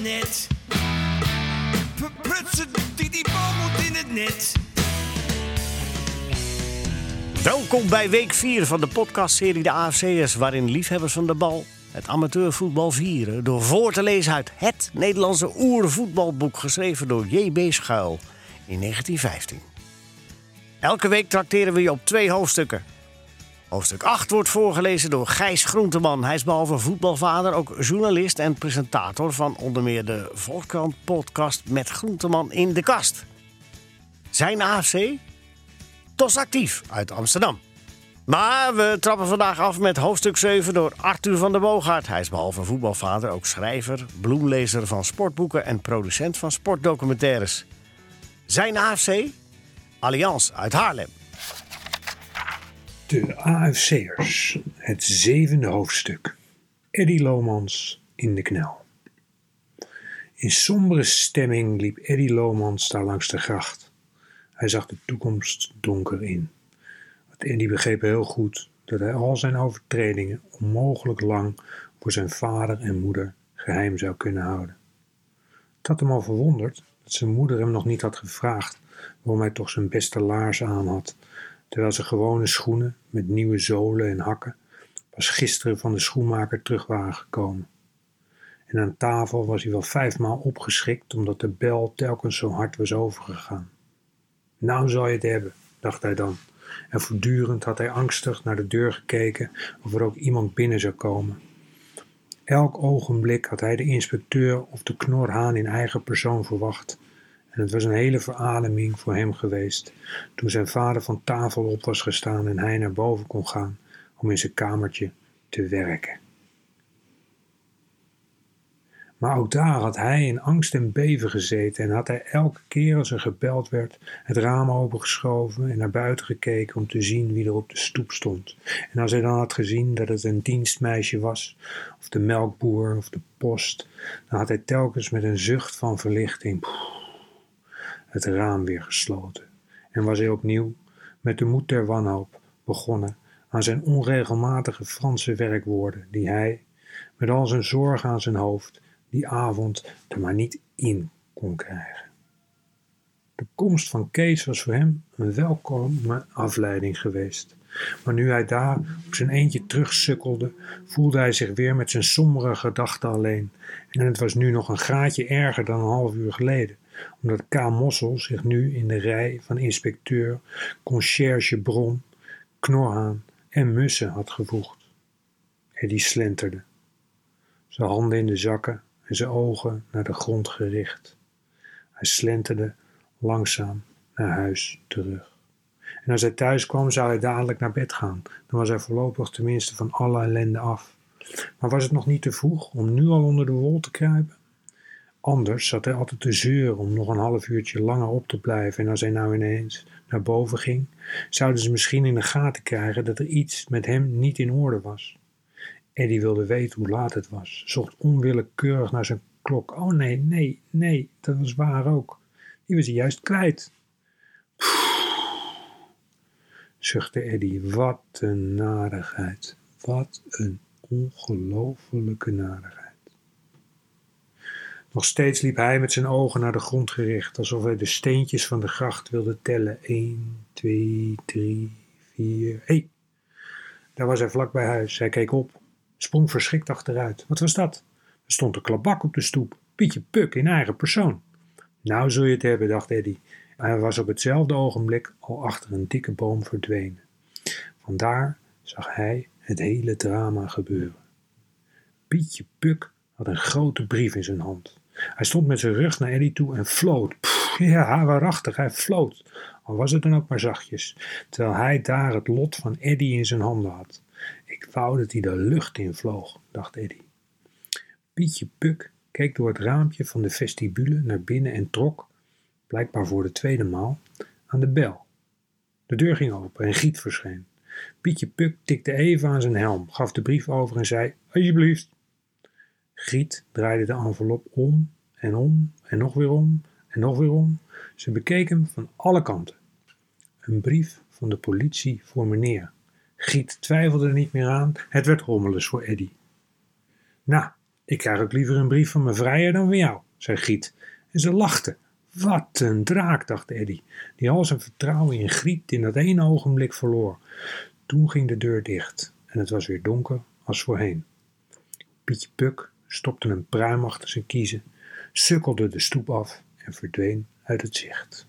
net. Prutsen, die bal moet in het net. Welkom bij week 4 van de podcastserie De AFC'ers, waarin liefhebbers van de bal het amateurvoetbal vieren door voor te lezen uit het Nederlandse oervoetbalboek, geschreven door J.B. Schuil in 1915. Elke week trakteren we je op 2 hoofdstukken. Hoofdstuk 8 wordt voorgelezen door Gijs Groenteman. Hij is behalve voetbalvader ook journalist en presentator van onder meer de Volkskrant-podcast Met Groenteman in de Kast. Zijn AFC? TOS Actief uit Amsterdam. Maar we trappen vandaag af met hoofdstuk 7 door Arthur van der Boogaard. Hij is behalve voetbalvader ook schrijver, bloemlezer van sportboeken en producent van sportdocumentaires. Zijn AFC? Allianz uit Haarlem. De AFC'ers, het 7e hoofdstuk. Eddy Lomans in de knel. In sombere stemming liep Eddy Lomans daar langs de gracht. Hij zag de toekomst donker in. Want Eddy begreep heel goed dat hij al zijn overtredingen onmogelijk lang voor zijn vader en moeder geheim zou kunnen houden. Het had hem al verwonderd dat zijn moeder hem nog niet had gevraagd waarom hij toch zijn beste laars aan had, terwijl zijn gewone schoenen met nieuwe zolen en hakken pas gisteren van de schoenmaker terug waren gekomen. En aan tafel was hij wel 5 maal opgeschrikt omdat de bel telkens zo hard was overgegaan. Nou zal je het hebben, dacht hij dan, en voortdurend had hij angstig naar de deur gekeken of er ook iemand binnen zou komen. Elk ogenblik had hij de inspecteur of de knorhaan in eigen persoon verwacht. En het was een hele verademing voor hem geweest toen zijn vader van tafel op was gestaan en hij naar boven kon gaan om in zijn kamertje te werken. Maar ook daar had hij in angst en beven gezeten en had hij elke keer als er gebeld werd het raam opengeschoven en naar buiten gekeken om te zien wie er op de stoep stond. En als hij dan had gezien dat het een dienstmeisje was, of de melkboer of de post, dan had hij telkens met een zucht van verlichting het raam weer gesloten. En was hij opnieuw, met de moed der wanhoop, begonnen aan zijn onregelmatige Franse werkwoorden, die hij, met al zijn zorgen aan zijn hoofd, die avond er maar niet in kon krijgen. De komst van Kees was voor hem een welkome afleiding geweest. Maar nu hij daar op zijn eentje terugsukkelde, voelde hij zich weer met zijn sombere gedachten alleen. En het was nu nog een graadje erger dan een half uur geleden, omdat K. Mossel zich nu in de rij van inspecteur, conciërge Bron, Knorhaan en Mussen had gevoegd. Eddy slenterde, zijn handen in de zakken en zijn ogen naar de grond gericht. Hij slenterde langzaam naar huis terug. En als hij thuis kwam, zou hij dadelijk naar bed gaan. Dan was hij voorlopig tenminste van alle ellende af. Maar was het nog niet te vroeg om nu al onder de wol te kruipen? Anders zat hij altijd te zeuren om nog een half uurtje langer op te blijven. En als hij nou ineens naar boven ging, zouden ze misschien in de gaten krijgen dat er iets met hem niet in orde was. Eddy wilde weten hoe laat het was, zocht onwillekeurig naar zijn klok. Oh nee, dat was waar ook. Die was hij juist kwijt. Zuchtte Eddy, wat een narigheid, wat een ongelofelijke narigheid. Nog steeds liep hij met zijn ogen naar de grond gericht, alsof hij de steentjes van de gracht wilde tellen. 1, 2, 3, 4... Hé, daar was hij vlak bij huis. Hij keek op, sprong verschrikt achteruit. Wat was dat? Er stond een klabak op de stoep. Pietje Puk in eigen persoon. Nou zul je het hebben, dacht Eddy. Hij was op hetzelfde ogenblik al achter een dikke boom verdwenen. Vandaar zag hij het hele drama gebeuren. Pietje Puk had een grote brief in zijn hand. Hij stond met zijn rug naar Eddy toe en floot. Ja, waarachtig, hij floot. Al was het dan ook maar zachtjes, terwijl hij daar het lot van Eddy in zijn handen had. Ik wou dat hij de lucht in vloog, dacht Eddy. Pietje Puk keek door het raampje van de vestibule naar binnen en trok, blijkbaar voor de 2e maal, aan de bel. De deur ging open en Giet verscheen. Pietje Puk tikte even aan zijn helm, gaf de brief over en zei, alsjeblieft. Giet draaide de envelop om en nog weer om en nog weer om. Ze bekeek hem van alle kanten. Een brief van de politie voor meneer. Giet twijfelde er niet meer aan. Het werd hommeles voor Eddy. Nou, Ik krijg ook liever een brief van mijn vrijer dan van jou, zei Griet. En ze lachten. Wat een draak, dacht Eddy, die al zijn vertrouwen in Griet in dat ene ogenblik verloor. Toen ging de deur dicht en het was weer donker als voorheen. Pietje Puk stopte een pruim achter zijn kiezen, sukkelde de stoep af en verdween uit het zicht.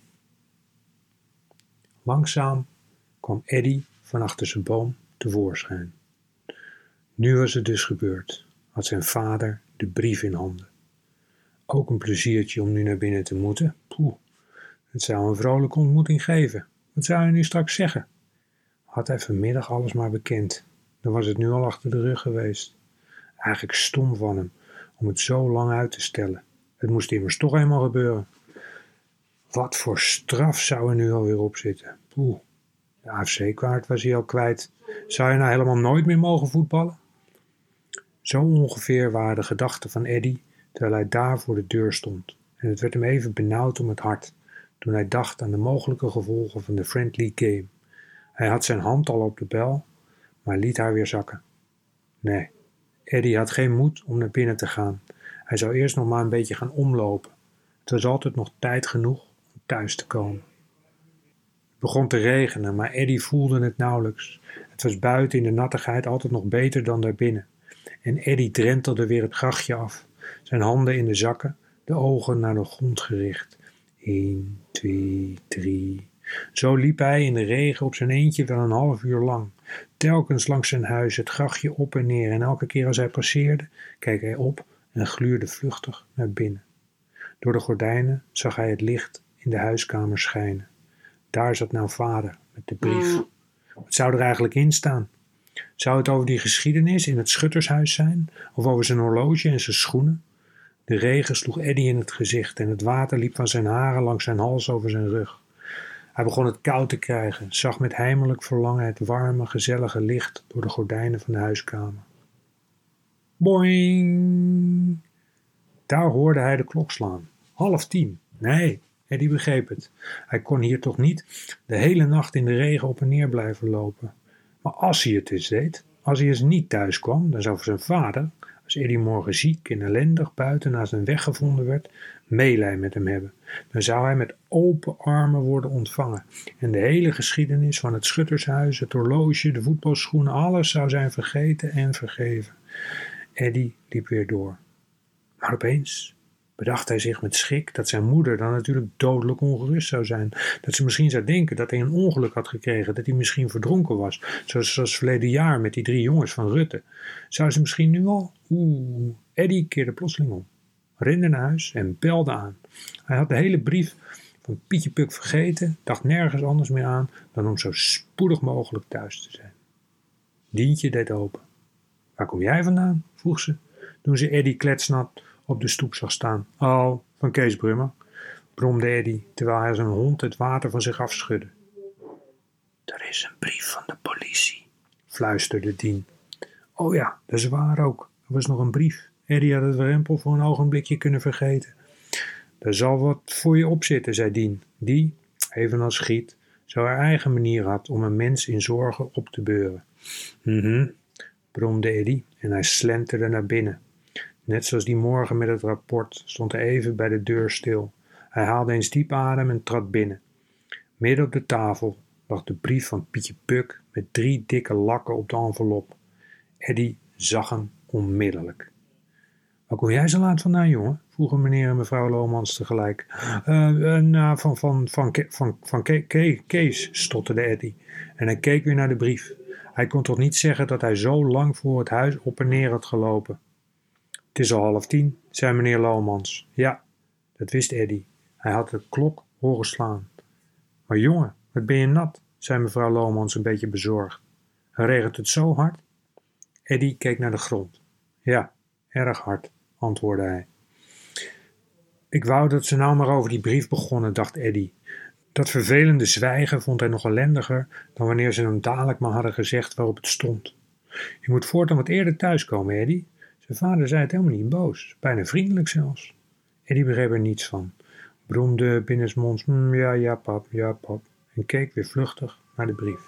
Langzaam kwam Eddy van achter zijn boom tevoorschijn. Nu was het dus gebeurd, had zijn vader de brief in handen. Ook een pleziertje om nu naar binnen te moeten. Poeh, het zou een vrolijke ontmoeting geven. Wat zou hij nu straks zeggen? Had hij vanmiddag alles maar bekend, dan was het nu al achter de rug geweest. Eigenlijk stom van hem om het zo lang uit te stellen. Het moest immers toch eenmaal gebeuren. Wat voor straf zou er nu alweer op zitten? Poeh, de AFC-kaart was hij al kwijt. Zou je nou helemaal nooit meer mogen voetballen? Zo ongeveer waren de gedachten van Eddy terwijl hij daar voor de deur stond. En het werd hem even benauwd om het hart toen hij dacht aan de mogelijke gevolgen van de friendly game. Hij had zijn hand al op de bel, maar liet haar weer zakken. Nee, Eddy had geen moed om naar binnen te gaan. Hij zou eerst nog maar een beetje gaan omlopen. Het was altijd nog tijd genoeg om thuis te komen. Het begon te regenen, maar Eddy voelde het nauwelijks. Het was buiten in de nattigheid altijd nog beter dan daarbinnen. En Eddy drentelde weer het grachtje af, zijn handen in de zakken, de ogen naar de grond gericht. 1, 2, 3. Zo liep hij in de regen op zijn eentje wel een half uur lang, telkens langs zijn huis het grachtje op en neer, en elke keer als hij passeerde, keek hij op en gluurde vluchtig naar binnen. Door de gordijnen zag hij het licht in de huiskamer schijnen. Daar zat nou vader met de brief. Wat zou er eigenlijk in staan? Zou het over die geschiedenis in het schuttershuis zijn? Of over zijn horloge en zijn schoenen? De regen sloeg Eddy in het gezicht en het water liep van zijn haren langs zijn hals over zijn rug. Hij begon het koud te krijgen, zag met heimelijk verlangen het warme, gezellige licht door de gordijnen van de huiskamer. Boing! Daar hoorde hij de klok slaan. 9:30. Nee, Eddy begreep het. Hij kon hier toch niet de hele nacht in de regen op en neer blijven lopen. Maar als hij het eens deed, als hij eens niet thuis kwam, dan zou zijn vader, als Eddy morgen ziek en ellendig buiten naast een weg gevonden werd, meelij met hem hebben. Dan zou hij met open armen worden ontvangen. En de hele geschiedenis van het schuttershuis, het horloge, de voetbalschoenen, alles zou zijn vergeten en vergeven. Eddy liep weer door. Maar opeens bedacht hij zich met schrik dat zijn moeder dan natuurlijk dodelijk ongerust zou zijn. Dat ze misschien zou denken dat hij een ongeluk had gekregen, dat hij misschien verdronken was, zoals verleden jaar met die 3 jongens van Rutte. Zou ze misschien nu al? Eddy keerde plotseling om, rende naar huis en belde aan. Hij had de hele brief van Pietje Puk vergeten, dacht nergens anders meer aan dan om zo spoedig mogelijk thuis te zijn. Dientje deed open. Waar kom jij vandaan? Vroeg ze, toen ze Eddy kletsnat op de stoep zag staan. Oh, van Kees Brummer, bromde Eddy, terwijl hij als een hond het water van zich afschudde. Er is een brief van de politie, fluisterde Dien. Oh ja, dat is waar ook. Er was nog een brief. Eddy had het warempel voor een ogenblikje kunnen vergeten. Daar zal wat voor je op zitten, zei Dien, die, evenals Griet, zo haar eigen manier had om een mens in zorgen op te beuren. Bromde Eddy en hij slenterde naar binnen. Net zoals die morgen met het rapport stond hij even bij de deur stil. Hij haalde eens diep adem en trad binnen. Midden op de tafel lag de brief van Pietje Puk met 3 dikke lakken op de envelop. Eddy zag hem onmiddellijk. Waar kom jij zo laat vandaan, jongen? Vroegen meneer en mevrouw Lomans tegelijk. Van Kees, stotterde Eddy. En hij keek weer naar de brief. Hij kon toch niet zeggen dat hij zo lang voor het huis op en neer had gelopen. Het is al 9:30, zei meneer Lomans. Ja, dat wist Eddy. Hij had de klok horen slaan. Maar jongen, wat ben je nat, zei mevrouw Lomans een beetje bezorgd. Regent het zo hard? Eddy keek naar de grond. Ja, erg hard, antwoordde hij. Ik wou dat ze nou maar over die brief begonnen, dacht Eddy. Dat vervelende zwijgen vond hij nog ellendiger dan wanneer ze hem dadelijk maar hadden gezegd waarop het stond. Je moet voortaan wat eerder thuiskomen, Eddy. Zijn vader zei het helemaal niet boos, bijna vriendelijk zelfs. Eddy begreep er niets van, bromde binnensmonds, ja pap, en keek weer vluchtig naar de brief.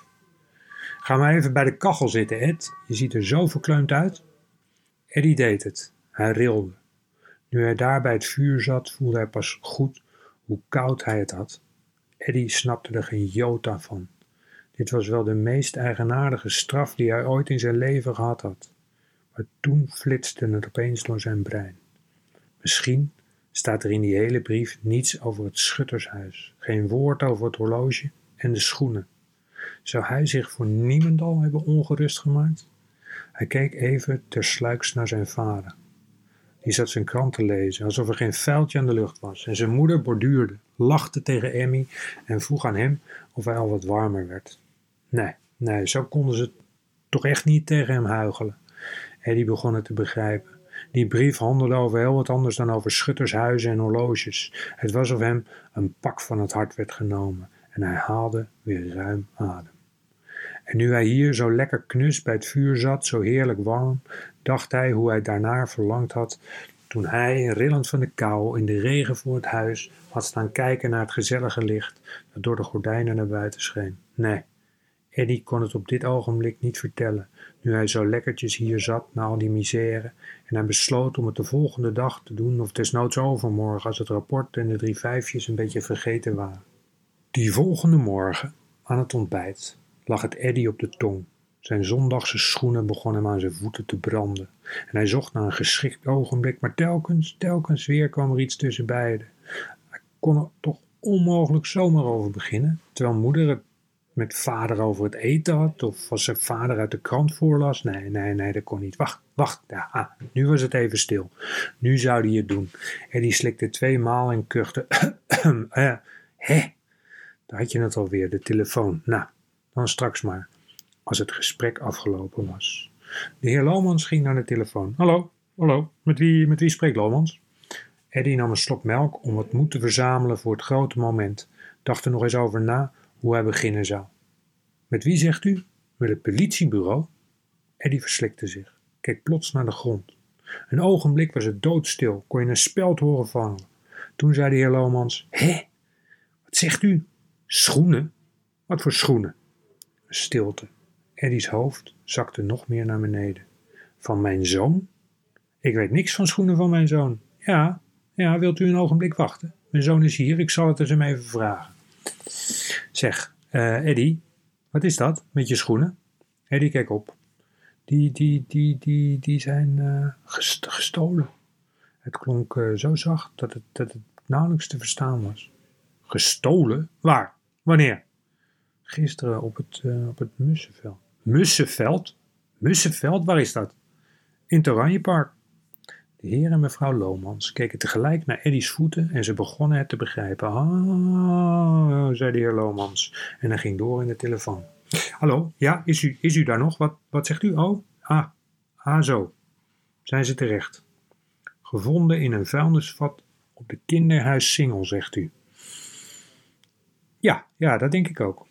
Ga maar even bij de kachel zitten, Ed, je ziet er zo verkleumd uit. Eddy deed het. Hij rilde. Nu hij daar bij het vuur zat, voelde hij pas goed hoe koud hij het had. Eddy snapte er geen jota van. Dit was wel de meest eigenaardige straf die hij ooit in zijn leven gehad had. Maar toen flitste het opeens door zijn brein. Misschien staat er in die hele brief niets over het schuttershuis. Geen woord over het horloge en de schoenen. Zou hij zich voor niemendal hebben ongerust gemaakt? Hij keek even tersluiks naar zijn vader. Die zat zijn krant te lezen, alsof er geen vuiltje aan de lucht was. En zijn moeder borduurde, lachte tegen Emmy en vroeg aan hem of hij al wat warmer werd. Nee, zo konden ze toch echt niet tegen hem huichelen. Eddy begon het te begrijpen. Die brief handelde over heel wat anders dan over schuttershuizen en horloges. Het was of hem een pak van het hart werd genomen en hij haalde weer ruim adem. En nu hij hier zo lekker knus bij het vuur zat, zo heerlijk warm, dacht hij hoe hij daarnaar verlangd had toen hij, rillend van de kou, in de regen voor het huis had staan kijken naar het gezellige licht dat door de gordijnen naar buiten scheen. Nee, Eddy kon het op dit ogenblik niet vertellen, nu hij zo lekkertjes hier zat na al die misère, en hij besloot om het de volgende dag te doen of desnoods overmorgen als het rapport en de 3 vijfjes een beetje vergeten waren. Die volgende morgen, aan het ontbijt, lag het Eddy op de tong. Zijn zondagse schoenen begonnen hem aan zijn voeten te branden. En hij zocht naar een geschikt ogenblik, maar telkens weer kwam er iets tussen beiden. Hij kon er toch onmogelijk zomaar over beginnen, terwijl moeder het met vader over het eten had, of als zijn vader uit de krant voorlas. Nee, dat kon niet. Wacht, ja, nu was het even stil. Nu zou hij het doen. Eddy slikte 2 maal en kuchte. Daar had je het alweer, de telefoon. Nou, dan straks maar, als het gesprek afgelopen was. De heer Lomans ging naar de telefoon. Hallo, met wie spreekt Lomans? Eddy nam een slok melk om wat moed te verzamelen voor het grote moment. Dacht er nog eens over na hoe hij beginnen zou. Met wie zegt u? Met het politiebureau? Eddy verslikte zich, keek plots naar de grond. Een ogenblik was het doodstil, kon je een speld horen vallen. Toen zei de heer Lomans, wat zegt u? Schoenen? Wat voor schoenen? Een stilte. Eddy's hoofd zakte nog meer naar beneden. Van mijn zoon? Ik weet niks van schoenen van mijn zoon. Ja, wilt u een ogenblik wachten? Mijn zoon is hier, ik zal het eens hem even vragen. Zeg, Eddy, wat is dat met je schoenen? Eddy keek op. Die zijn gestolen. Het klonk zo zacht dat het nauwelijks te verstaan was. Gestolen? Waar? Wanneer? Gisteren op het Mussenveld. Mussenveld? Mussenveld? Waar is dat? In het Oranjepark. De heer en mevrouw Lomans keken tegelijk naar Eddy's voeten en ze begonnen het te begrijpen. Zei de heer Lomans en hij ging door in de telefoon. Hallo, ja, is u daar nog? Wat zegt u? Zo. Zijn ze terecht? Gevonden in een vuilnisvat op de kinderhuis Singel, zegt u. Ja, dat denk ik ook.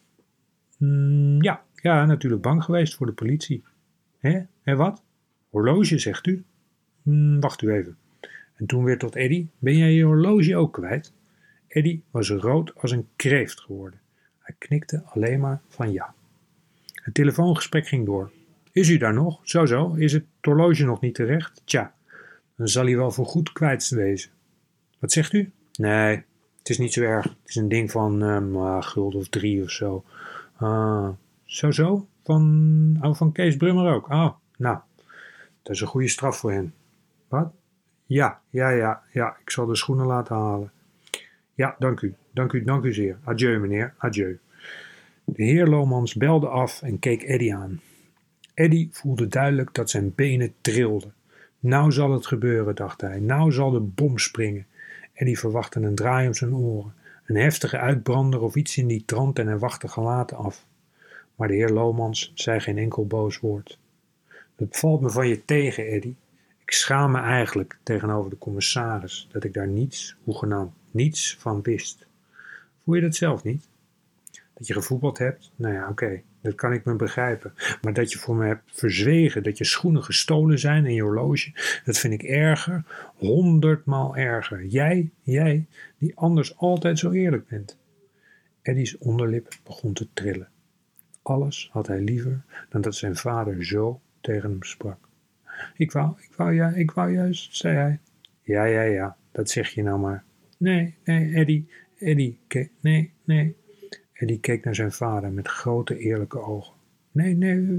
Ja, natuurlijk bang geweest voor de politie. Hè, wat? Horloge, zegt u? Wacht u even. En toen weer tot Eddy. Ben jij je horloge ook kwijt? Eddy was rood als een kreeft geworden. Hij knikte alleen maar van ja. Het telefoongesprek ging door. Is u daar nog? Zo. Is het horloge nog niet terecht? Tja, dan zal hij wel voorgoed kwijt wezen. Wat zegt u? Nee, het is niet zo erg. Het is een ding van gulden of 3 of zo. Zo? Van Kees Brummer ook? Nou, dat is een goede straf voor hen. Wat? Ja, ik zal de schoenen laten halen. Ja, dank u zeer. Adieu, meneer, adieu. De heer Lomans belde af en keek Eddy aan. Eddy voelde duidelijk dat zijn benen trilden. Nou zal het gebeuren, dacht hij. Nou zal de bom springen. Eddy verwachtte een draai om zijn oren, een heftige uitbrander of iets in die trant en hij wachtte gelaten af. Maar de heer Lomans zei geen enkel boos woord. Het valt me van je tegen, Eddy. Ik schaam me eigenlijk tegenover de commissaris dat ik daar hoegenaamd niets van wist. Voel je dat zelf niet? Dat je gevoetbald hebt? Nou ja, oké, dat kan ik me begrijpen. Maar dat je voor me hebt verzwegen dat je schoenen gestolen zijn en je horloge, dat vind ik erger, 100 maal erger. Jij, die anders altijd zo eerlijk bent. Eddy's onderlip begon te trillen. Alles had hij liever dan dat zijn vader zo tegen hem sprak. Ik wou juist, zei hij. Ja, dat zeg je nou maar. Nee, Eddie, nee. Eddie keek naar zijn vader met grote eerlijke ogen. Nee,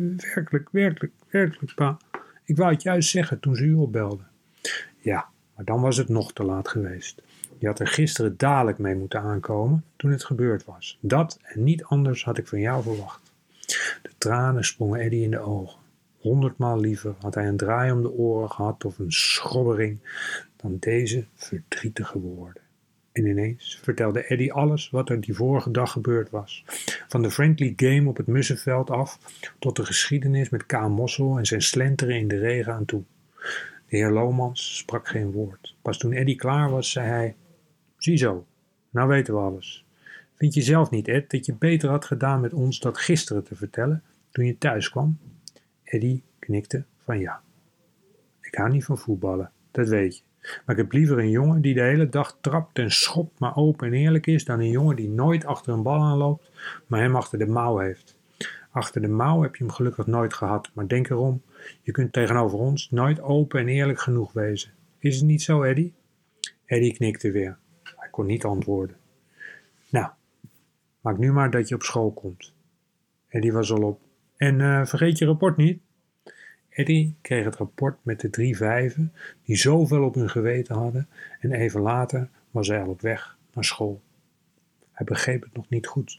werkelijk, pa. Ik wou het juist zeggen toen ze u opbelde. Ja, maar dan was het nog te laat geweest. Je had er gisteren dadelijk mee moeten aankomen toen het gebeurd was. Dat en niet anders had ik van jou verwacht. De tranen sprongen Eddie in de ogen. 100-maal liever had hij een draai om de oren gehad of een schrobbering dan deze verdrietige woorden. En ineens vertelde Eddie alles wat er die vorige dag gebeurd was. Van de friendly game op het Mussenveld af tot de geschiedenis met K. Mossel en zijn slenteren in de regen aan toe. De heer Lomans sprak geen woord. Pas toen Eddie klaar was, zei hij: Ziezo, nou weten we alles. Vind je zelf niet, Ed, dat je beter had gedaan met ons dat gisteren te vertellen, toen je thuis kwam? Eddie knikte van ja. Ik hou niet van voetballen, dat weet je. Maar ik heb liever een jongen die de hele dag trapt en schopt, maar open en eerlijk is, dan een jongen die nooit achter een bal aanloopt, maar hem achter de mouw heeft. Achter de mouw heb je hem gelukkig nooit gehad, maar denk erom, je kunt tegenover ons nooit open en eerlijk genoeg wezen. Is het niet zo, Eddie? Eddie knikte weer. Hij kon niet antwoorden. Nou, maak nu maar dat je op school komt. Eddie was al op. En vergeet je rapport niet. Eddie kreeg het rapport met de 3 vijven die zoveel op hun geweten hadden en even later was hij al op weg naar school. Hij begreep het nog niet goed.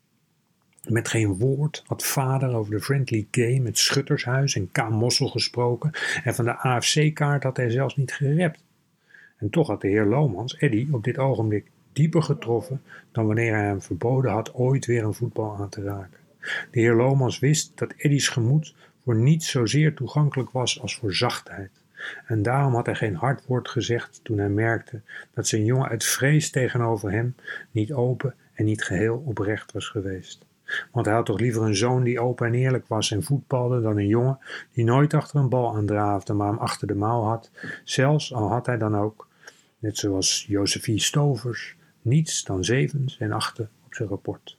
Met geen woord had vader over de friendly game met Schuttershuis en K. Mossel gesproken en van de AFC-kaart had hij zelfs niet gerept. En toch had de heer Lomans Eddie op dit ogenblik dieper getroffen dan wanneer hij hem verboden had ooit weer een voetbal aan te raken. De heer Lomans wist dat Eddie's gemoed voor niets zozeer toegankelijk was als voor zachtheid. En daarom had hij geen hard woord gezegd toen hij merkte dat zijn jongen uit vrees tegenover hem niet open en niet geheel oprecht was geweest. Want hij had toch liever een zoon die open en eerlijk was en voetbalde dan een jongen die nooit achter een bal aandraafde, maar hem achter de mouw had, zelfs al had hij dan ook, net zoals Josephie Stovers, niets dan 7's en 8's op zijn rapport.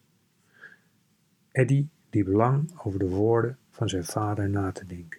Eddie liep lang over de woorden van zijn vader na te denken.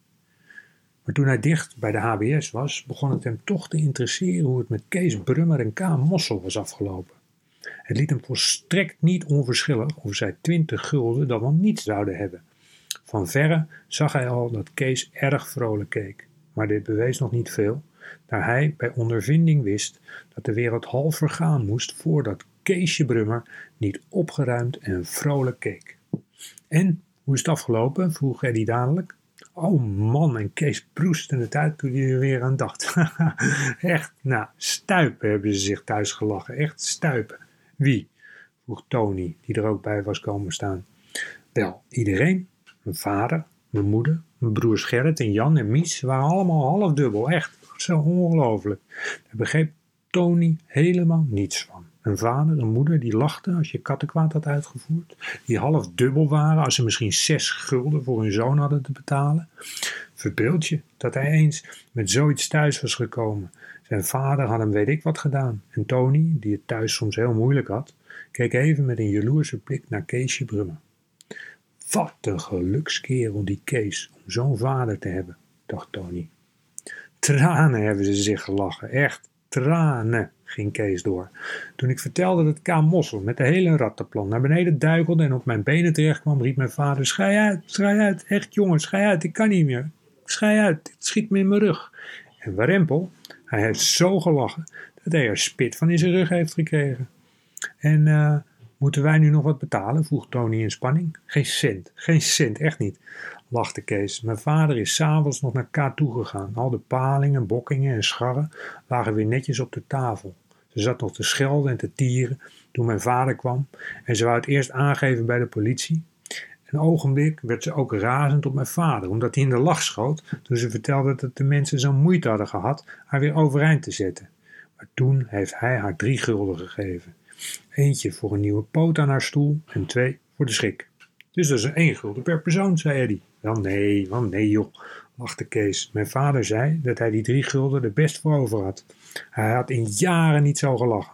Maar toen hij dicht bij de HBS was, begon het hem toch te interesseren hoe het met Kees Brummer en K. Mossel was afgelopen. Het liet hem volstrekt niet onverschillig of zij 20 gulden dan wel niets zouden hebben. Van verre zag hij al dat Kees erg vrolijk keek, maar dit bewees nog niet veel, daar hij bij ondervinding wist dat de wereld half vergaan moest voordat Keesje Brummer niet opgeruimd en vrolijk keek. En, hoe is het afgelopen? Vroeg Eddie dadelijk. Oh man, en Kees proestte het uit toen hij er weer aan dacht. Echt, nou, stuipen hebben ze zich thuis gelachen. Echt stuipen. Wie? Vroeg Tony, die er ook bij was komen staan. Wel, iedereen. Mijn vader, mijn moeder, mijn broers Gerrit en Jan en Mies waren allemaal halfdubbel. Echt, zo ongelooflijk. Daar begreep Tony helemaal niets van. Een vader, een moeder die lachten als je kattenkwaad had uitgevoerd. Die half dubbel waren als ze misschien 6 gulden voor hun zoon hadden te betalen. Verbeeld je dat hij eens met zoiets thuis was gekomen. Zijn vader had hem weet ik wat gedaan. En Tony, die het thuis soms heel moeilijk had, keek even met een jaloerse blik naar Keesje Brummer. Wat een gelukskerel die Kees om zo'n vader te hebben, dacht Tony. Tranen hebben ze zich gelachen, echt. Tranen, ging Kees door. Toen ik vertelde dat K. Mossel met de hele rattenplan naar beneden duikelde en op mijn benen terechtkwam, riep mijn vader: schei uit, echt jongen, schei uit, ik kan niet meer. Schei uit, het schiet me in mijn rug. En Warempel, hij heeft zo gelachen dat hij er spit van in zijn rug heeft gekregen. En moeten wij nu nog wat betalen? Vroeg Tony in spanning. Geen cent, echt niet, lachte Kees. Mijn vader is 's avonds nog naar K toegegaan. Al de palingen, bokkingen en scharren lagen weer netjes op de tafel. Ze zat nog te schelden en te tieren toen mijn vader kwam en ze wou het eerst aangeven bij de politie. Een ogenblik werd ze ook razend op mijn vader, omdat hij in de lach schoot toen ze vertelde dat de mensen zo'n moeite hadden gehad haar weer overeind te zetten. Maar toen heeft hij haar 3 gulden gegeven. Eentje voor een nieuwe poot aan haar stoel en 2 voor de schik. Dus dat is 1 gulden per persoon, zei Eddie. Wel nee joh, lachte Kees. Mijn vader zei dat hij die 3 gulden er best voor over had. Hij had in jaren niet zo gelachen.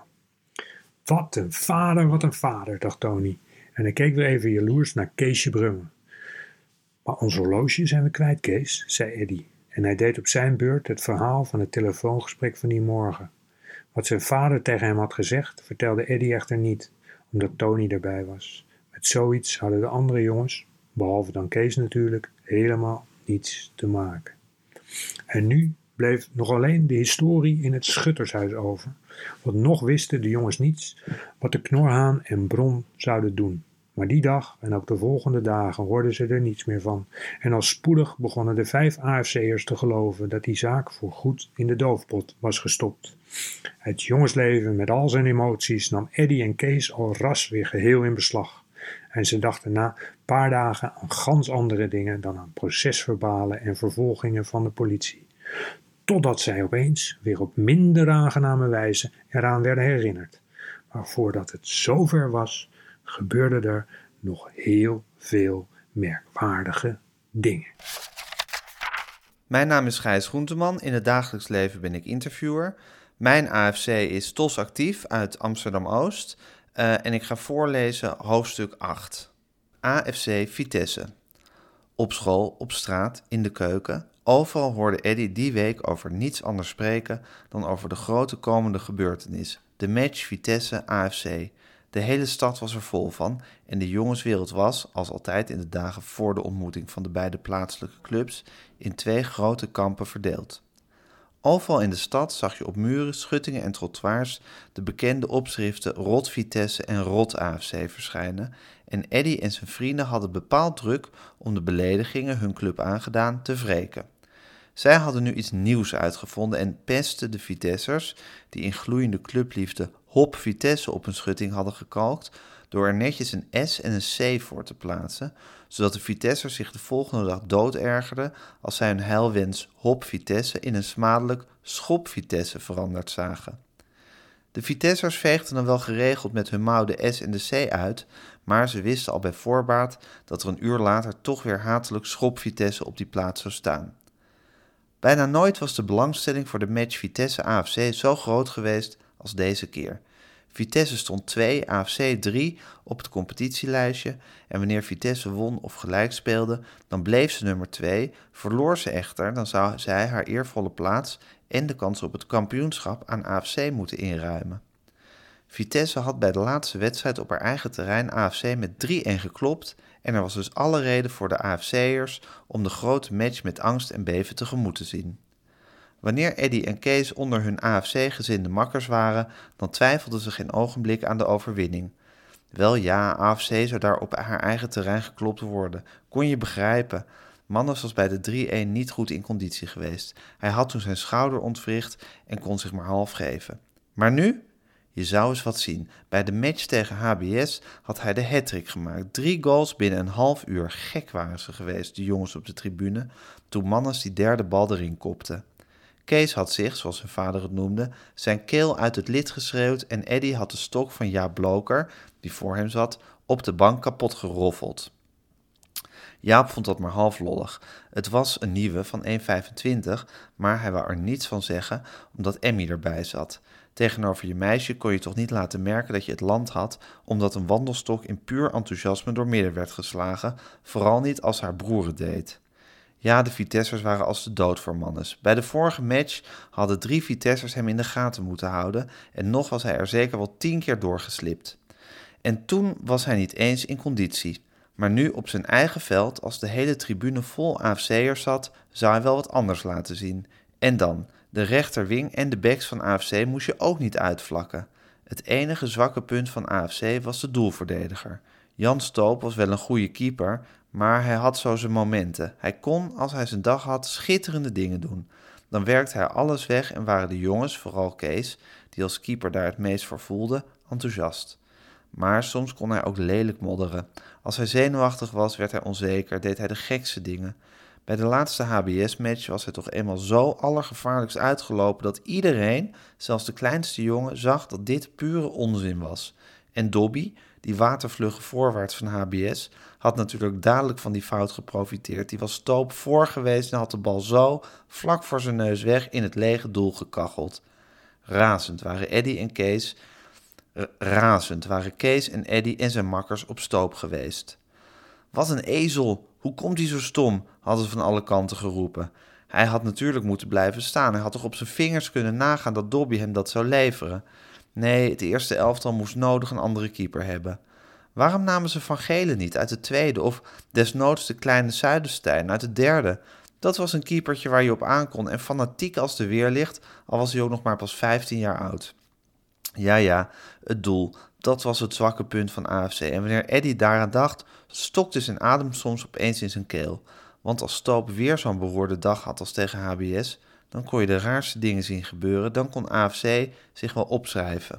Wat een vader, dacht Tony. En hij keek weer even jaloers naar Keesje Brummer. Maar ons horloge zijn we kwijt, Kees, zei Eddie. En hij deed op zijn beurt het verhaal van het telefoongesprek van die morgen. Wat zijn vader tegen hem had gezegd, vertelde Eddie echter niet, omdat Tony erbij was. Met zoiets hadden de andere jongens, behalve dan Kees natuurlijk, helemaal niets te maken. En nu bleef nog alleen de historie in het schuttershuis over, want nog wisten de jongens niets wat de Knorhaan en Bron zouden doen. Maar die dag en ook de volgende dagen hoorden ze er niets meer van. En al spoedig begonnen de 5 AFC'ers te geloven dat die zaak voorgoed in de doofpot was gestopt. Het jongensleven met al zijn emoties nam Eddie en Kees al ras weer geheel in beslag. En ze dachten na een paar dagen aan gans andere dingen dan aan procesverbalen en vervolgingen van de politie. Totdat zij opeens weer op minder aangename wijze eraan werden herinnerd. Maar voordat het zover was, gebeurden er nog heel veel merkwaardige dingen. Mijn naam is Gijs Groenteman. In het dagelijks leven ben ik interviewer. Mijn AFC is TOS Actief uit Amsterdam-Oost. En ik ga voorlezen hoofdstuk 8. AFC Vitesse. Op school, op straat, in de keuken. Overal hoorde Eddie die week over niets anders spreken dan over de grote komende gebeurtenis. De match Vitesse-AFC. De hele stad was er vol van en de jongenswereld was, als altijd in de dagen voor de ontmoeting van de beide plaatselijke clubs, in 2 grote kampen verdeeld. Overal in de stad zag je op muren, schuttingen en trottoirs de bekende opschriften Rot Vitesse en Rot AFC verschijnen en Eddie en zijn vrienden hadden bepaald druk om de beledigingen hun club aangedaan te wreken. Zij hadden nu iets nieuws uitgevonden en pestten de Vitessers, die in gloeiende clubliefde Hop Vitesse op hun schutting hadden gekalkt, door er netjes een S en een C voor te plaatsen, zodat de Vitessers zich de volgende dag doodergerden als zij hun heilwens Hop Vitesse in een smadelijk Schop Vitesse veranderd zagen. De Vitessers veegden dan wel geregeld met hun mouw de S en de C uit, maar ze wisten al bij voorbaat dat er een uur later toch weer hatelijk Schop Vitesse op die plaats zou staan. Bijna nooit was de belangstelling voor de match Vitesse-AFC zo groot geweest als deze keer. Vitesse stond 2, AFC 3 op het competitielijstje en wanneer Vitesse won of gelijk speelde, dan bleef ze nummer 2, verloor ze echter, dan zou zij haar eervolle plaats en de kans op het kampioenschap aan AFC moeten inruimen. Vitesse had bij de laatste wedstrijd op haar eigen terrein AFC met 3-1 geklopt en er was dus alle reden voor de AFC'ers om de grote match met angst en beven tegemoet te zien. Wanneer Eddie en Kees onder hun AFC-gezinde makkers waren, dan twijfelden ze geen ogenblik aan de overwinning. Wel ja, AFC zou daar op haar eigen terrein geklopt worden. Kon je begrijpen. Mannes was bij de 3-1 niet goed in conditie geweest. Hij had toen zijn schouder ontwricht en kon zich maar half geven. Maar nu? Je zou eens wat zien. Bij de match tegen HBS had hij de hattrick gemaakt. 3 goals binnen een half uur. Gek waren ze geweest, de jongens op de tribune, toen Mannes die derde bal erin kopte. Kees had zich, zoals zijn vader het noemde, zijn keel uit het lid geschreeuwd en Eddie had de stok van Jaap Bloker, die voor hem zat, op de bank kapot geroffeld. Jaap vond dat maar half lollig. Het was een nieuwe van 1,25, maar hij wou er niets van zeggen, omdat Emmy erbij zat. Tegenover je meisje kon je toch niet laten merken dat je het land had, omdat een wandelstok in puur enthousiasme doormidden werd geslagen, vooral niet als haar broer het deed. Ja, de Vitessers waren als de dood voor Mannes. Bij de vorige match hadden 3 Vitessers hem in de gaten moeten houden en nog was hij er zeker wel 10 keer doorgeslipt. En toen was hij niet eens in conditie. Maar nu op zijn eigen veld, als de hele tribune vol AFC'ers zat, zou hij wel wat anders laten zien. En dan, de rechterwing en de backs van AFC moest je ook niet uitvlakken. Het enige zwakke punt van AFC was de doelverdediger. Jan Stoop was wel een goede keeper, maar hij had zo zijn momenten. Hij kon, als hij zijn dag had, schitterende dingen doen. Dan werkte hij alles weg en waren de jongens, vooral Kees, die als keeper daar het meest voor voelde, enthousiast. Maar soms kon hij ook lelijk modderen. Als hij zenuwachtig was, werd hij onzeker, deed hij de gekste dingen. Bij de laatste HBS-match was hij toch eenmaal zo allergevaarlijkst uitgelopen dat iedereen, zelfs de kleinste jongen, zag dat dit pure onzin was. En Dobby, die watervlugge voorwaarts van HBS, had natuurlijk dadelijk van die fout geprofiteerd. Die was Stoop voor geweest en had de bal zo vlak voor zijn neus weg in het lege doel gekacheld. Razend waren Kees en Eddie en zijn makkers op Stoop geweest. Wat een ezel, hoe komt hij zo stom, hadden ze van alle kanten geroepen. Hij had natuurlijk moeten blijven staan. Hij had toch op zijn vingers kunnen nagaan dat Dobby hem dat zou leveren. Nee, het eerste elftal moest nodig een andere keeper hebben. Waarom namen ze Van Gelen niet uit de tweede of desnoods de kleine Zuiderstein uit de derde? Dat was een keepertje waar je op aankon en fanatiek als de weerlicht, al was hij ook nog maar pas 15 jaar oud. Ja, het doel, dat was het zwakke punt van AFC. En wanneer Eddy daaraan dacht, stokte zijn adem soms opeens in zijn keel. Want als Stoop weer zo'n beroerde dag had als tegen HBS, dan kon je de raarste dingen zien gebeuren, dan kon AFC zich wel opschrijven.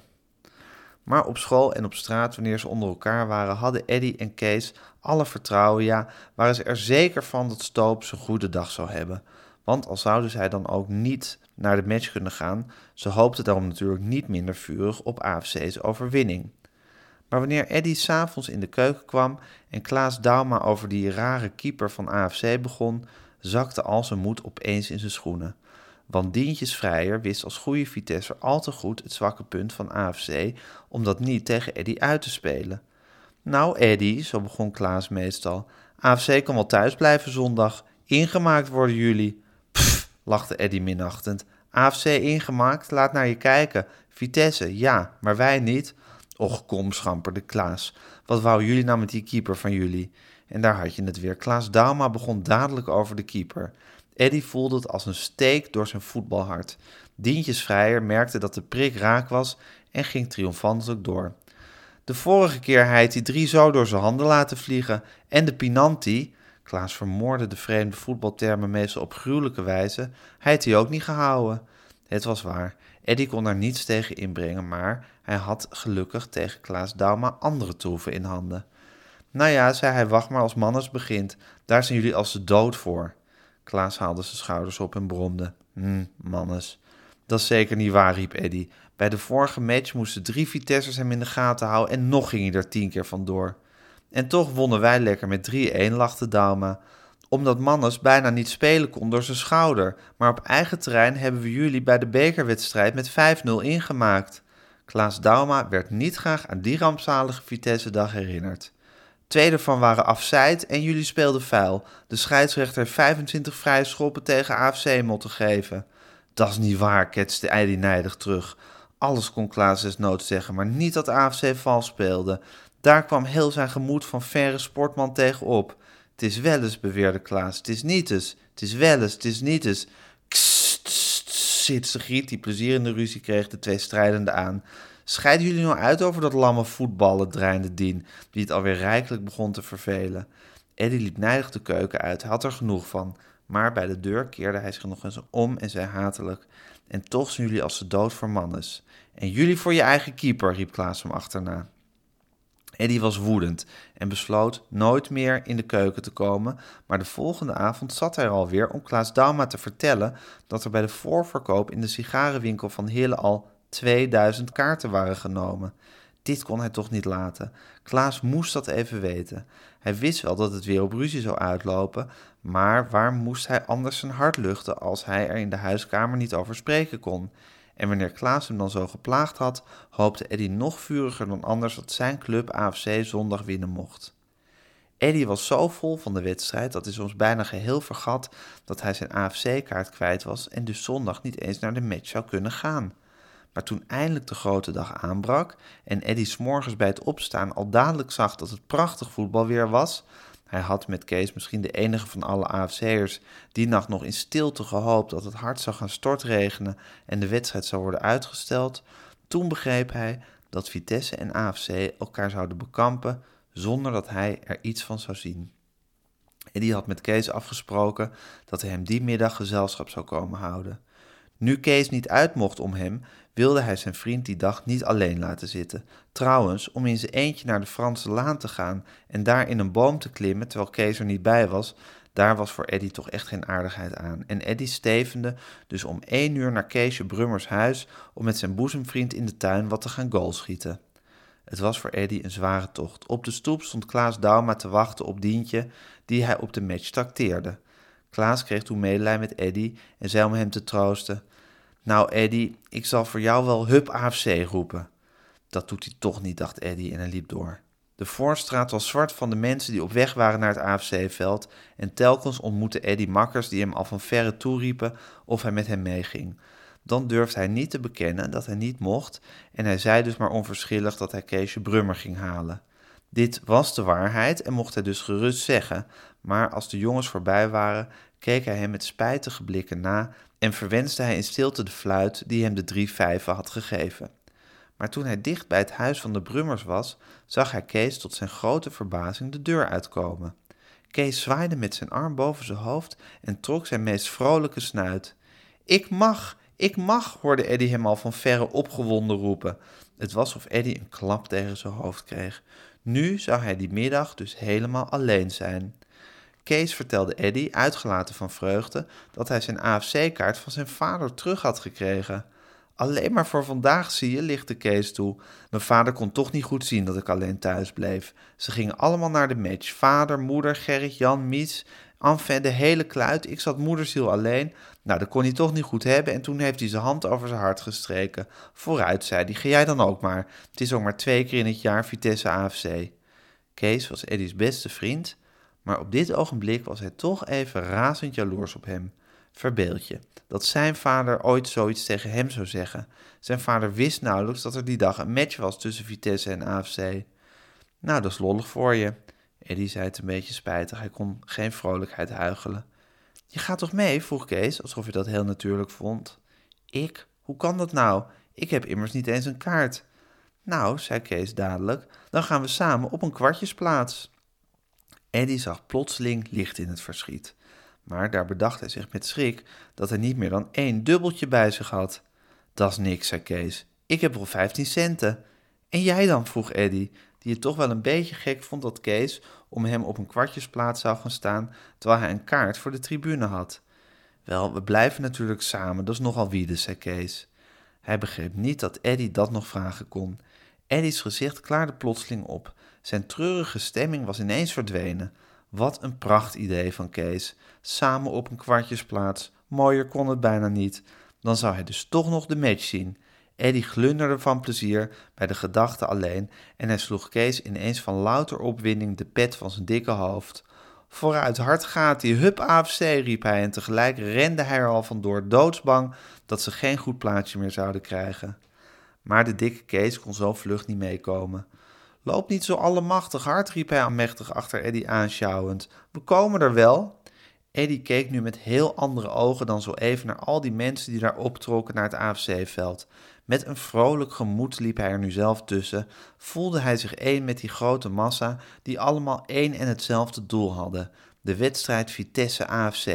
Maar op school en op straat, wanneer ze onder elkaar waren, hadden Eddy en Kees alle vertrouwen, ja, waren ze er zeker van dat Stoop zijn goede dag zou hebben. Want al zouden zij dan ook niet naar de match kunnen gaan, ze hoopten daarom natuurlijk niet minder vurig op AFC's overwinning. Maar wanneer Eddy 's avonds in de keuken kwam en Klaas Dauma over die rare keeper van AFC begon, zakte al zijn moed opeens in zijn schoenen. Want Dientjes Vrijer wist als goede Vitesser al te goed het zwakke punt van AFC om dat niet tegen Eddy uit te spelen. Nou Eddy, zo begon Klaas meestal, AFC kan wel thuis blijven zondag. Ingemaakt worden jullie. Pff, lachte Eddy minachtend. AFC ingemaakt, laat naar je kijken. Vitesse, ja, maar wij niet. Och kom, schamperde Klaas. Wat wou jullie nou met die keeper van jullie? En daar had je het weer. Klaas Dauma begon dadelijk over de keeper. Eddy voelde het als een steek door zijn voetbalhart. Dientjes Vrijer merkte dat de prik raak was en ging triomfantelijk door. De vorige keer hij 3 zo door zijn handen laten vliegen en de Pinanti, Klaas vermoordde de vreemde voetbaltermen meestal op gruwelijke wijze, hij ook niet gehouden. Het was waar, Eddy kon daar niets tegen inbrengen, maar hij had gelukkig tegen Klaas Dauma andere troeven in handen. Nou ja, zei hij, wacht maar als Mannes begint, daar zijn jullie als de dood voor. Klaas haalde zijn schouders op en bromde. Mannes. Dat is zeker niet waar, riep Eddy. Bij de vorige match moesten 3 Vitessers hem in de gaten houden en nog ging hij er 10 keer vandoor. En toch wonnen wij lekker met 3-1, lachte Dauma. Omdat Mannes bijna niet spelen kon door zijn schouder, maar op eigen terrein hebben we jullie bij de bekerwedstrijd met 5-0 ingemaakt. Klaas Dauma werd niet graag aan die rampzalige Vitesse-dag herinnerd. 2 ervan waren afzijd en jullie speelden vuil. De scheidsrechter heeft 25 vrije schoppen tegen AFC moeten geven. Dat is niet waar, ketste Eddy nijdig terug. Alles kon Klaas desnoods zeggen, maar niet dat AFC vals speelde. Daar kwam heel zijn gemoed van verre sportman tegenop. Het is wel eens, beweerde Klaas. Het is niet eens. Het is wel eens, het is niet eens. Kst, sitste Griet, die plezier in de ruzie kreeg, de 2 strijdenden aan. Scheiden jullie nou uit over dat lamme voetballen, dreinde Dien, die het alweer rijkelijk begon te vervelen. Eddy liep nijdig de keuken uit, hij had er genoeg van. Maar bij de deur keerde hij zich nog eens om en zei hatelijk: en toch zijn jullie als de dood voor Mannes. En jullie voor je eigen keeper, riep Klaas hem achterna. Eddy was woedend en besloot nooit meer in de keuken te komen, maar de volgende avond zat hij er alweer om Klaas Dauma te vertellen dat er bij de voorverkoop in de sigarenwinkel van Hille al 2000 kaarten waren genomen. Dit kon hij toch niet laten. Klaas moest dat even weten. Hij wist wel dat het weer op ruzie zou uitlopen, maar waar moest hij anders zijn hart luchten als hij er in de huiskamer niet over spreken kon? En wanneer Klaas hem dan zo geplaagd had, hoopte Eddy nog vuriger dan anders dat zijn club AFC zondag winnen mocht. Eddy was zo vol van de wedstrijd dat hij soms bijna geheel vergat dat hij zijn AFC-kaart kwijt was en dus zondag niet eens naar de match zou kunnen gaan. Maar toen eindelijk de grote dag aanbrak en Eddy 's morgens bij het opstaan al dadelijk zag dat het prachtig voetbalweer was, hij had met Kees misschien de enige van alle AFC'ers die nacht nog in stilte gehoopt dat het hard zou gaan stortregenen en de wedstrijd zou worden uitgesteld, toen begreep hij dat Vitesse en AFC elkaar zouden bekampen zonder dat hij er iets van zou zien. Eddy had met Kees afgesproken dat hij hem die middag gezelschap zou komen houden. Nu Kees niet uit mocht om hem, wilde hij zijn vriend die dag niet alleen laten zitten. Trouwens, om in zijn eentje naar de Franse Laan te gaan en daar in een boom te klimmen, terwijl Kees er niet bij was, daar was voor Eddy toch echt geen aardigheid aan. En Eddy stevende dus om 1 uur naar Keesje Brummers huis om met zijn boezemvriend in de tuin wat te gaan goalschieten. Het was voor Eddy een zware tocht. Op de stoep stond Klaas Dauma te wachten op Dientje, die hij op de match trakteerde. Klaas kreeg toen medelijden met Eddy en zei om hem te troosten: nou Eddy, ik zal voor jou wel Hup AFC roepen. Dat doet hij toch niet, dacht Eddy en hij liep door. De Voorstraat was zwart van de mensen die op weg waren naar het AFC-veld en telkens ontmoette Eddy makkers die hem al van verre toeriepen of hij met hen meeging. Dan durfde hij niet te bekennen dat hij niet mocht en hij zei dus maar onverschillig dat hij Keesje Brummer ging halen. Dit was de waarheid en mocht hij dus gerust zeggen, maar als de jongens voorbij waren, keek hij hem met spijtige blikken na en verwenste hij in stilte de fluit die hem de 3 vijven had gegeven. Maar toen hij dicht bij het huis van de Brummers was, zag hij Kees tot zijn grote verbazing de deur uitkomen. Kees zwaaide met zijn arm boven zijn hoofd en trok zijn meest vrolijke snuit. Ik mag, hoorde Eddy hem al van verre opgewonden roepen. Het was of Eddy een klap tegen zijn hoofd kreeg. Nu zou hij die middag dus helemaal alleen zijn. Kees vertelde Eddy, uitgelaten van vreugde, dat hij zijn AFC-kaart van zijn vader terug had gekregen. Alleen maar voor vandaag, zie je, lichtte Kees toe. Mijn vader kon toch niet goed zien dat ik alleen thuis bleef. Ze gingen allemaal naar de match. Vader, moeder, Gerrit, Jan, Mies, enfin de hele kluit. Ik zat moederziel alleen. Nou, dat kon hij toch niet goed hebben en toen heeft hij zijn hand over zijn hart gestreken. Vooruit, zei hij, ga jij dan ook maar. Het is ook maar 2 keer in het jaar Vitesse AFC. Kees was Eddy's beste vriend, maar op dit ogenblik was hij toch even razend jaloers op hem. Verbeeld je, dat zijn vader ooit zoiets tegen hem zou zeggen. Zijn vader wist nauwelijks dat er die dag een match was tussen Vitesse en AFC. Nou, dat is lollig voor je. Eddy zei het een beetje spijtig, hij kon geen vrolijkheid huichelen. Je gaat toch mee? Vroeg Kees, alsof hij dat heel natuurlijk vond. Ik? Hoe kan dat nou? Ik heb immers niet eens een kaart. Nou, zei Kees dadelijk, dan gaan we samen op een kwartjesplaats. Eddy zag plotseling licht in het verschiet. Maar daar bedacht hij zich met schrik dat hij niet meer dan 1 dubbeltje bij zich had. Dat is niks, zei Kees. Ik heb wel 15 centen. En jij dan? Vroeg Eddy, die het toch wel een beetje gek vond dat Kees om hem op een kwartjesplaats zou gaan staan, terwijl hij een kaart voor de tribune had. Wel, we blijven natuurlijk samen, dat is nogal wiedes, zei Kees. Hij begreep niet dat Eddy dat nog vragen kon. Eddy's gezicht klaarde plotseling op. Zijn treurige stemming was ineens verdwenen. Wat een prachtidee van Kees. Samen op een kwartjesplaats. Mooier kon het bijna niet. Dan zou hij dus toch nog de match zien. Eddy glunderde van plezier bij de gedachte alleen en hij sloeg Kees ineens van louter opwinding de pet van zijn dikke hoofd. Vooruit, hard gaat hij, hup AFC, riep hij en tegelijk rende hij er al vandoor, doodsbang dat ze geen goed plaatsje meer zouden krijgen. Maar de dikke Kees kon zo vlug niet meekomen. Loop niet zo allemachtig hard, riep hij aanmächtig achter Eddy aansjouwend. We komen er wel. Eddy keek nu met heel andere ogen dan zo even naar al die mensen die daar optrokken naar het AFC-veld. Met een vrolijk gemoed liep hij er nu zelf tussen, voelde hij zich één met die grote massa die allemaal één en hetzelfde doel hadden, de wedstrijd Vitesse-AFC.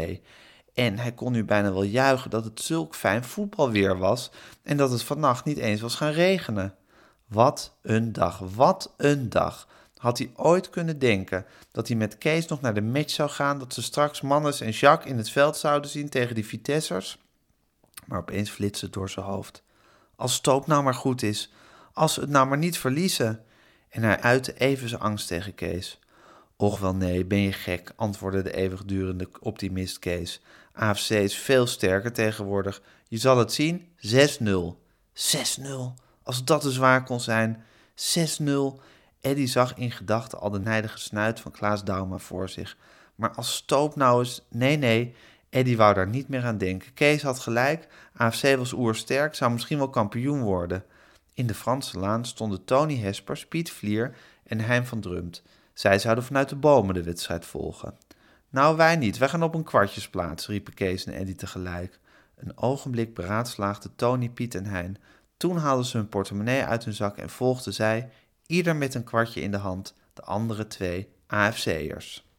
En hij kon nu bijna wel juichen dat het zulk fijn voetbalweer was en dat het vannacht niet eens was gaan regenen. Wat een dag, wat een dag. Had hij ooit kunnen denken dat hij met Kees nog naar de match zou gaan, dat ze straks Mannes en Jacques in het veld zouden zien tegen die Vitessers? Maar opeens flitste het door zijn hoofd. Als Stoop nou maar goed is, als ze het nou maar niet verliezen. En hij uitte even zijn angst tegen Kees. Och wel nee, ben je gek, antwoordde de eeuwigdurende optimist Kees. AFC is veel sterker tegenwoordig. Je zal het zien, 6-0. 6-0, als dat te zwaar kon zijn. 6-0. Eddy zag in gedachten al de nijdige snuit van Klaas Dauma voor zich. Maar als Stoop nou eens... Nee, Eddy wou daar niet meer aan denken. Kees had gelijk, AFC was oersterk, zou misschien wel kampioen worden. In de Franse Laan stonden Tony Hespers, Piet Vlier en Hein van Drumt. Zij zouden vanuit de bomen de wedstrijd volgen. Nou, wij niet, wij gaan op een kwartjesplaats, riepen Kees en Eddy tegelijk. Een ogenblik beraadslaagden Tony, Piet en Hein. Toen haalden ze hun portemonnee uit hun zak en volgden zij, ieder met een kwartje in de hand, de andere 2 AFC'ers.